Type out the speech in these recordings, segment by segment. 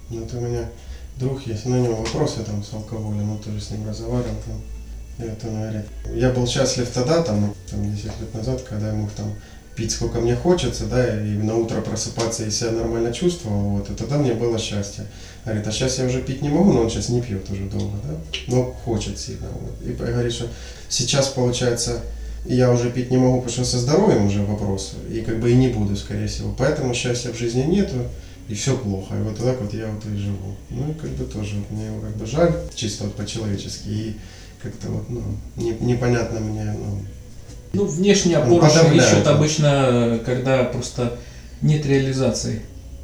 Ну, вот у меня друг есть, на него вопросы там с алкоголем, мы тоже с ним разговаривал там. И вот он говорит, я был счастлив тогда, там 10 лет назад, когда я мог там пить сколько мне хочется, да, и на утро просыпаться и себя нормально чувствовал, вот, и тогда мне было счастье. Говорит, а сейчас я уже пить не могу, но он сейчас не пьет уже долго, да, но хочет сильно, вот. И говорит, что сейчас, получается, я уже пить не могу, потому что со здоровьем уже вопрос, и как бы и не буду, скорее всего, поэтому счастья в жизни нету, и все плохо, и вот так вот я вот и живу. Ну, и как бы тоже, вот, мне его как бы жаль, чисто вот по-человечески, и как-то вот, ну, непонятно мне, ну, Ну, внешние он опоры подавляет, ищут да. обычно, когда просто нет реализации.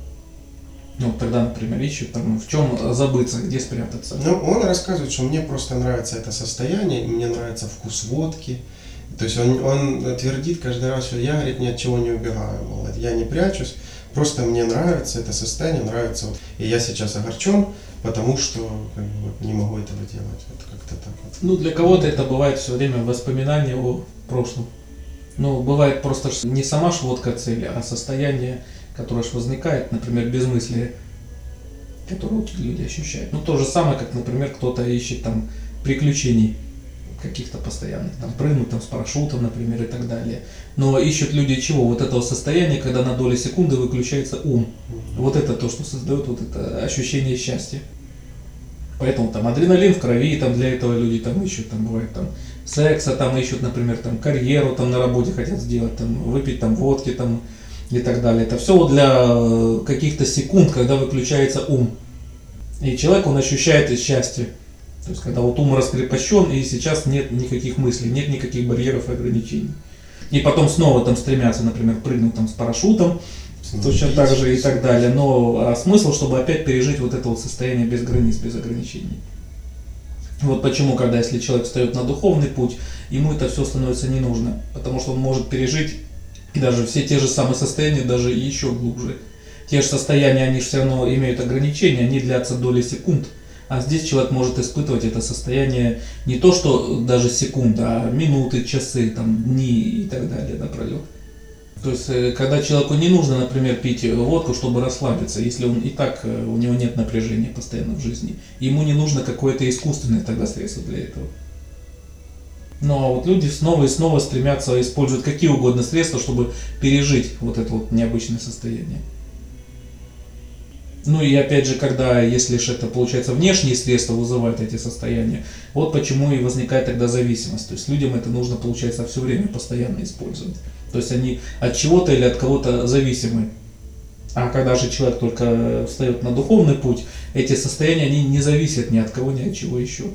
Ну, вот тогда, например, ищут там, в чем забыться, где спрятаться. Ну, он рассказывает, что мне просто нравится это состояние, и мне нравится вкус водки. То есть он твердит каждый раз, что я, говорит, ни от чего не убегаю, мол, я не прячусь, просто мне нравится это состояние, нравится. Вот. И я сейчас огорчен, потому что как бы, вот, не могу этого делать. Вот как-то так вот. Ну, для кого-то это бывает все время воспоминание о прошлом. Ну, бывает просто не сама ж водка цель, а состояние, которое ж возникает, например, безмыслие, которое вот люди ощущают. Ну, то же самое, как, например, кто-то ищет там приключений каких-то постоянных, там прыгнуть там с парашютом, например, и так далее. Но ищут люди чего? Вот этого состояния, когда на доли секунды выключается ум. Вот это то, что создает вот это ощущение счастья. Поэтому там адреналин в крови, там для этого люди там ищут, там бывает там секса, там ищут, например, там карьеру там на работе хотят сделать, там выпить там водки там и так далее. Это все вот для каких-то секунд, когда выключается ум. И человек, он ощущает счастье. То есть, когда вот ум раскрепощен, и сейчас нет никаких мыслей, нет никаких барьеров и ограничений. И потом снова там стремятся, например, прыгнуть там с парашютом, точно так же и так далее. Но смысл, чтобы опять пережить вот это вот состояние без границ, без ограничений. Вот почему, когда если человек встает на духовный путь, ему это все становится не нужно. Потому что он может пережить даже все те же самые состояния, даже еще глубже. Те же состояния, они же все равно имеют ограничения, они длятся доли секунд. А здесь человек может испытывать это состояние не то, что даже секунд, а минуты, часы, там, дни и так далее напролет. То есть, когда человеку не нужно, например, пить водку, чтобы расслабиться, если он и так, у него нет напряжения постоянно в жизни, ему не нужно какое-то искусственное тогда средство для этого. Ну а вот люди снова и снова стремятся использовать какие угодно средства, чтобы пережить вот это вот необычное состояние. Ну и опять же, когда, если же это получается внешние средства вызывают эти состояния, вот почему и возникает тогда зависимость. То есть людям это нужно, получается, все время постоянно использовать. То есть они от чего-то или от кого-то зависимы. А когда же человек только встает на духовный путь, эти состояния, они не зависят ни от кого, ни от чего еще.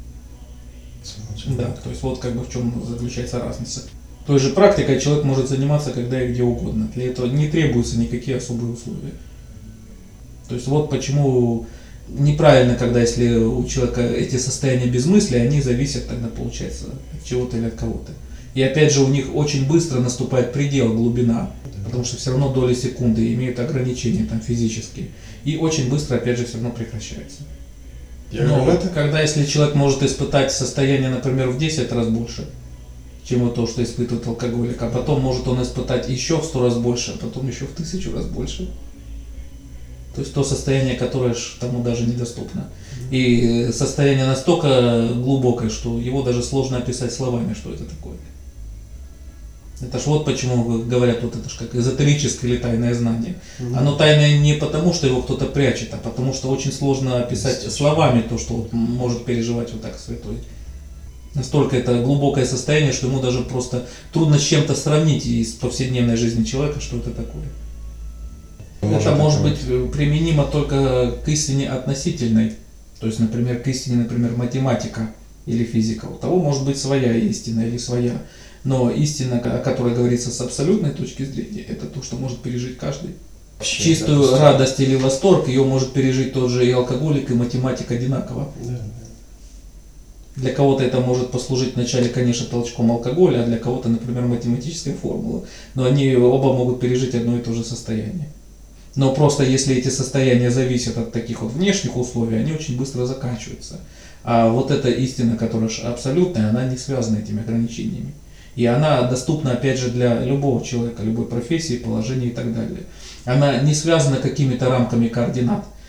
Да, то есть вот как бы в чем заключается разница. Той же практикой человек может заниматься когда и где угодно. Для этого не требуются никакие особые условия. То есть вот почему неправильно, когда если у человека эти состояния безмыслия, они зависят тогда, получается, от чего-то или от кого-то. И опять же у них очень быстро наступает предел, глубина, потому что все равно доли секунды имеют ограничения там физические. И очень быстро опять же все равно прекращается. Но когда если человек может испытать состояние, например, в 10 раз больше, чем вот то, что испытывает алкоголик, а потом может он испытать еще в 100 раз больше, а потом еще в 1000 раз больше. То есть то состояние, которое тому даже недоступно. И состояние настолько глубокое, что его даже сложно описать словами, что это такое. Это ж вот почему говорят, вот это ж как эзотерическое или тайное знание. Оно тайное не потому, что его кто-то прячет, а потому что очень сложно описать словами то, что вот может переживать вот так святой. Настолько это глубокое состояние, что ему даже просто трудно с чем-то сравнить из повседневной жизни человека, что это такое. Это может быть применимо только к истине относительной. То есть, например, к истине, например, математика или физика. У того может быть своя истина или своя. Но истина, о которой говорится с абсолютной точки зрения, это то, что может пережить каждый. Чистую радость или восторг ее может пережить тот же и алкоголик, и математик одинаково. Для кого-то это может послужить вначале, конечно, толчком алкоголя, а для кого-то, например, математическая формула. Но они оба могут пережить одно и то же состояние. Но просто если эти состояния зависят от таких вот внешних условий, они очень быстро заканчиваются. А вот эта истина, которая абсолютная, она не связана этими ограничениями. И она доступна, опять же, для любого человека, любой профессии, положения и так далее. Она не связана какими-то рамками координат.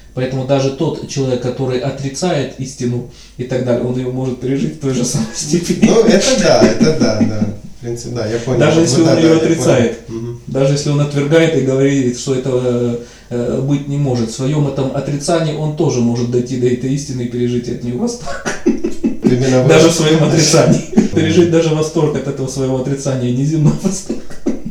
Поэтому даже тот человек, который отрицает истину и так далее, он ее может пережить в той же самой степени. Ну, это да. В принципе, да, я понял. Даже если Вот, он да, ее я отрицает. понял. Мгм. Даже если он отвергает и говорит, что этого быть не может. В своем этом отрицании он тоже может дойти до этой истины и пережить от нее восторг. Именно Даже в своем отрицании. Пережить даже восторг от этого своего отрицания, не земной восторг.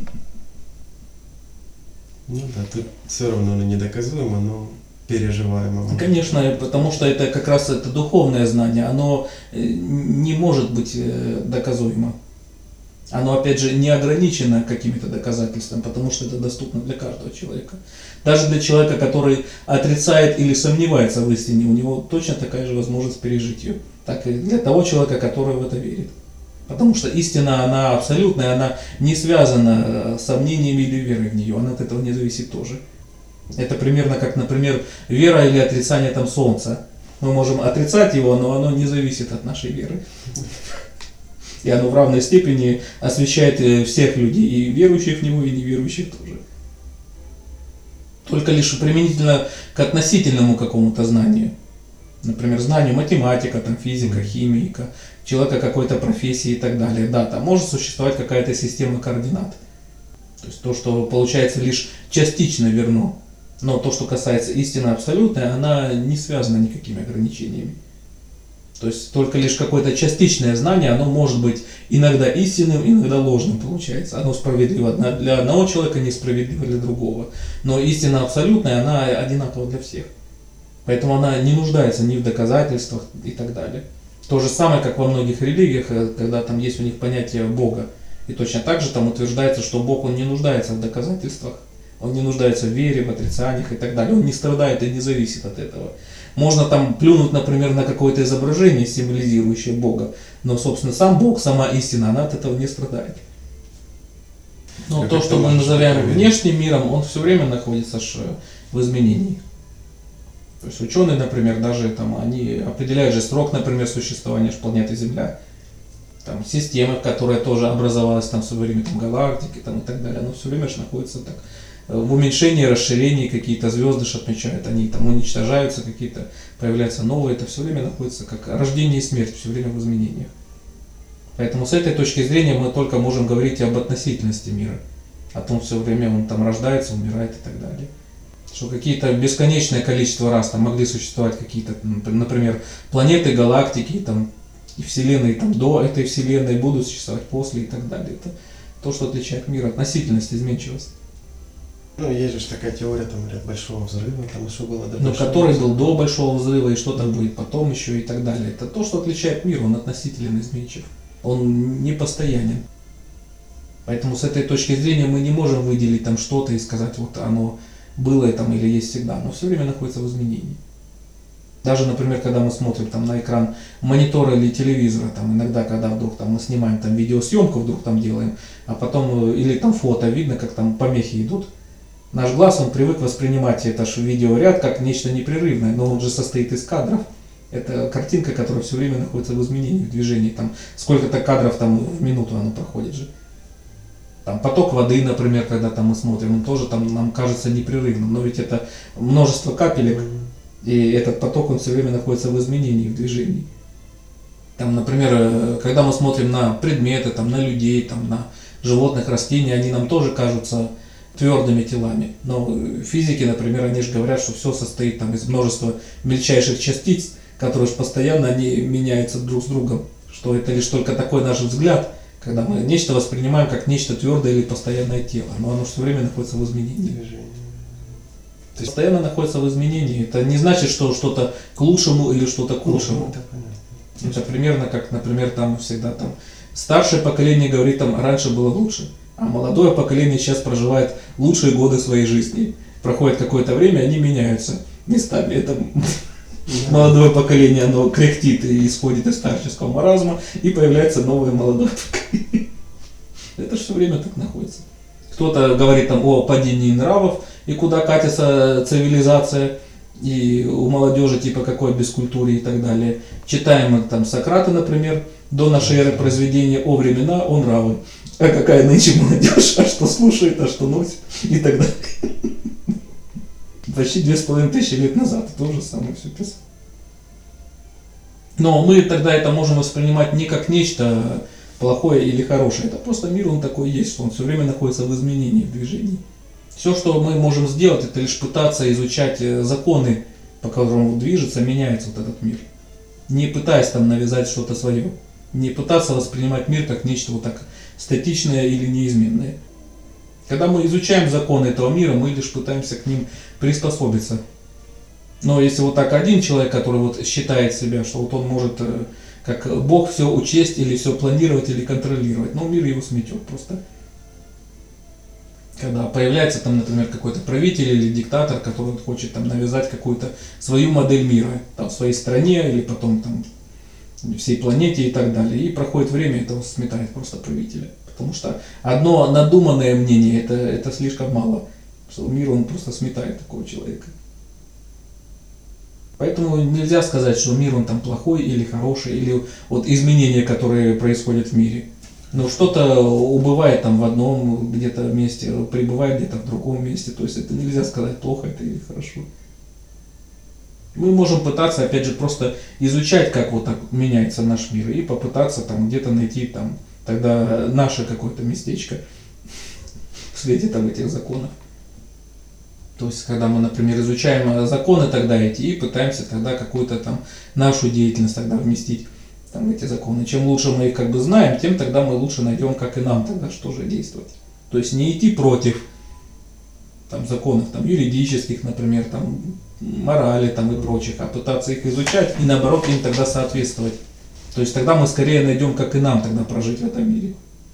Ну да, тут все равно оно недоказуемо, но переживаемо. Конечно, потому что это как раз это духовное знание, оно не может быть доказуемо. Оно, опять же, не ограничено какими-то доказательствами, потому что это доступно для каждого человека. Даже для человека, который отрицает или сомневается в истине, у него точно такая же возможность пережить ее, так и для того человека, который в это верит. Потому что истина, она абсолютная, она не связана с сомнениями или верой в нее, она от этого не зависит тоже. Это примерно как, например, вера или отрицание там солнца. Мы можем отрицать его, но оно не зависит от нашей веры. И оно в равной степени освещает всех людей, и верующих в него, и неверующих тоже. Только лишь применительно к относительному какому-то знанию. Например, знанию математика, там, физика, химика, человека какой-то профессии и так далее. Да, там может существовать какая-то система координат. То есть то, что получается лишь частично верно. Но то, что касается истины абсолютной, она не связана никакими ограничениями. То есть только лишь какое-то частичное знание, оно может быть иногда истинным, иногда ложным получается. Оно справедливо для одного человека, несправедливо для другого. Но истина абсолютная, она одинакова для всех. Поэтому она не нуждается ни в доказательствах и так далее. То же самое, как во многих религиях, когда там есть у них понятие Бога. И точно так же там утверждается, что Бог, он не нуждается в доказательствах. Он не нуждается в вере, в отрицаниях и так далее. Он не страдает и не зависит от этого. Можно там плюнуть, например, на какое-то изображение, символизирующее Бога. Но, собственно, сам Бог, сама истина, она от этого не страдает. Но Как то, это что мы можно называем проверить? внешним миром, он все время находится в изменении. То есть ученые, например, даже там, они определяют же срок, например, существования планеты Земля. Там, системы, которая тоже образовалась там, в свое время, там, галактики там, и так далее, оно все время же находится так, в уменьшении, расширении, какие-то звезды отмечают, они там уничтожаются, какие-то появляются новые, это все время находится как рождение и смерть, все время в изменениях. Поэтому с этой точки зрения мы только можем говорить об относительности мира, о том все время он там рождается, умирает и так далее. Что какие-то бесконечное количество раз там могли существовать какие-то, например, планеты, галактики, там, и вселенные там, до этой вселенной будут существовать после и так далее. Это то, что отличает мир, относительность, изменчивость. Ну, есть же такая теория, там, говорят, большого взрыва, там еще было до Но большого который взрыва. был до большого взрыва и что там будет потом еще и так далее. Это то, что отличает мир, он относителен, изменчив. Он не постоянен. Поэтому с этой точки зрения мы не можем выделить там что-то и сказать, вот оно было там или есть всегда. Оно все время находится в изменении. Даже, например, когда мы смотрим там на экран монитора или телевизора, там иногда, когда вдруг там мы снимаем там видеосъемку, вдруг там делаем, а потом или там фото, видно, как там помехи идут. Наш глаз, он привык воспринимать это же видеоряд как нечто непрерывное, но он же состоит из кадров. Это картинка, которая все время находится в изменении, в движении. Там сколько-то кадров там в минуту оно проходит же. Там поток воды, например, когда там мы смотрим, он тоже там нам кажется непрерывным, но ведь это множество капелек, и этот поток, он все время находится в изменении, в движении. Там, например, когда мы смотрим на предметы, там, на людей, там, на животных, растения, они нам тоже кажутся твердыми телами. Но физики, например, они же говорят, что все состоит там из множества мельчайших частиц, которые постоянно они меняются друг с другом. Что это лишь только такой наш взгляд, когда мы нечто воспринимаем как нечто твердое или постоянное тело, но оно все время находится в изменении. Движение. То есть постоянно находится в изменении. Это не значит, что что-то к лучшему или что-то к худшему. Это понятно. Это примерно как, например, там всегда там старшее поколение говорит, там раньше было лучше, а молодое поколение сейчас проживает лучшие годы своей жизни. Проходит какое-то время, они меняются местами. Это молодое поколение, оно кряхтит и исходит из старческого маразма, и появляется новое молодое поколение. Это же все время так находится. Кто-то говорит там о падении нравов, и куда катится цивилизация, и у молодежи типа какой бескультуре и так далее. Читаем мы там Сократа, например, до нашей эры произведения «О времена, о нравы». А какая нынче молодежь, а что слушает, а что носит и так далее. почти 2500 лет назад то же самое все писал. Но мы тогда это можем воспринимать не как нечто плохое или хорошее. Это просто мир, он такой есть, что он все время находится в изменении, в движении. Все, что мы можем сделать, это лишь пытаться изучать законы, по которым движется, меняется вот этот мир. Не пытаясь там навязать что-то свое. Не пытаться воспринимать мир как нечто вот так статичное или неизменное. Когда мы изучаем законы этого мира, мы лишь пытаемся к ним приспособиться. Но если вот так один человек, который вот считает себя, что вот он может как Бог все учесть или все планировать или контролировать, ну мир его сметет просто. Когда появляется там, например, какой-то правитель или диктатор, который хочет там навязать какую-то свою модель мира, там в своей стране или потом там всей планете и так далее. И проходит время, этого сметает просто правителя. Потому что одно надуманное мнение это слишком мало. Что мир он просто сметает такого человека. Поэтому нельзя сказать, что мир он там плохой или хороший, или вот изменения, которые происходят в мире. Но что-то убывает там в одном где-то месте, прибывает где-то в другом месте. То есть это нельзя сказать, плохо это или хорошо. Мы можем пытаться, опять же, просто изучать, как вот так меняется наш мир, и попытаться там где-то найти там тогда наше какое-то местечко в свете там этих законов. То есть, когда мы, например, изучаем законы тогда эти и пытаемся тогда какую-то там нашу деятельность тогда вместить там эти законы. Чем лучше мы их как бы знаем, тем тогда мы лучше найдем, как и нам тогда что же действовать. То есть не идти против там законов там юридических, например, там морали там и прочих, а пытаться их изучать и наоборот им тогда соответствовать. То есть тогда мы скорее найдем, как и нам тогда прожить в этом мире.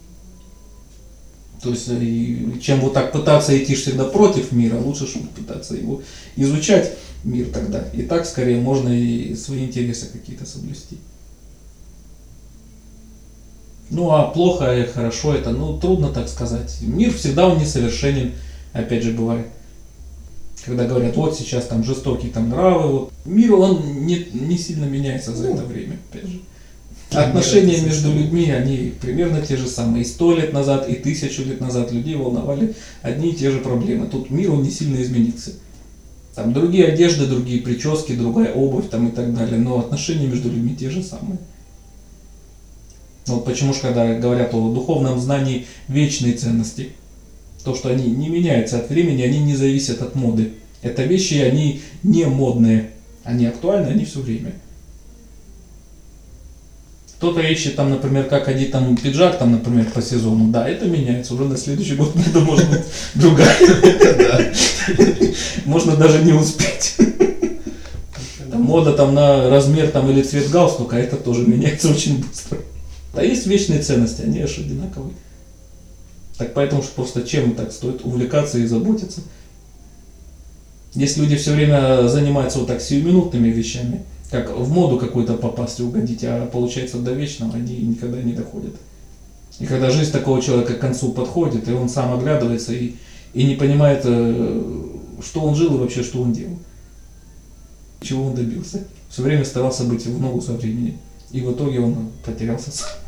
То есть, чем вот так пытаться идти всегда против мира, лучше пытаться его изучать, мир тогда. И так скорее можно и свои интересы какие-то соблюсти. Ну а плохо и хорошо это, ну трудно так сказать. Мир всегда он несовершенен, опять же бывает. Когда говорят, вот сейчас там жестокие там нравы, вот. Мир он не сильно меняется за это время, опять же. Отношения между людьми, они примерно те же самые. И 100 лет назад, и 1000 лет назад людей волновали одни и те же проблемы. Тут мир, он не сильно изменится. Там другие одежды, другие прически, другая обувь там и так далее. Но отношения между людьми те же самые. Вот почему же, когда говорят о духовном знании вечной ценности, то, что они не меняются от времени, они не зависят от моды. Это вещи, они не модные. Они актуальны, они все время. Кто-то ищет там, например, как одеть там пиджак, там, например, по сезону. Да, это меняется. Уже на следующий год мода может быть другая. Можно даже не успеть. Мода там на размер там или цвет галстука, это тоже меняется очень быстро. А есть вечные ценности, они аж одинаковые. Так поэтому что просто чем так стоит увлекаться и заботиться. Если люди все время занимаются вот так сиюминутными вещами, как в моду какую-то попасть и угодить, а получается до вечного они никогда не доходят. И когда жизнь такого человека к концу подходит, и он сам оглядывается и не понимает, что он жил и вообще что он делал, чего он добился. Все время старался быть в ногу со временем. И в итоге он потерялся сам.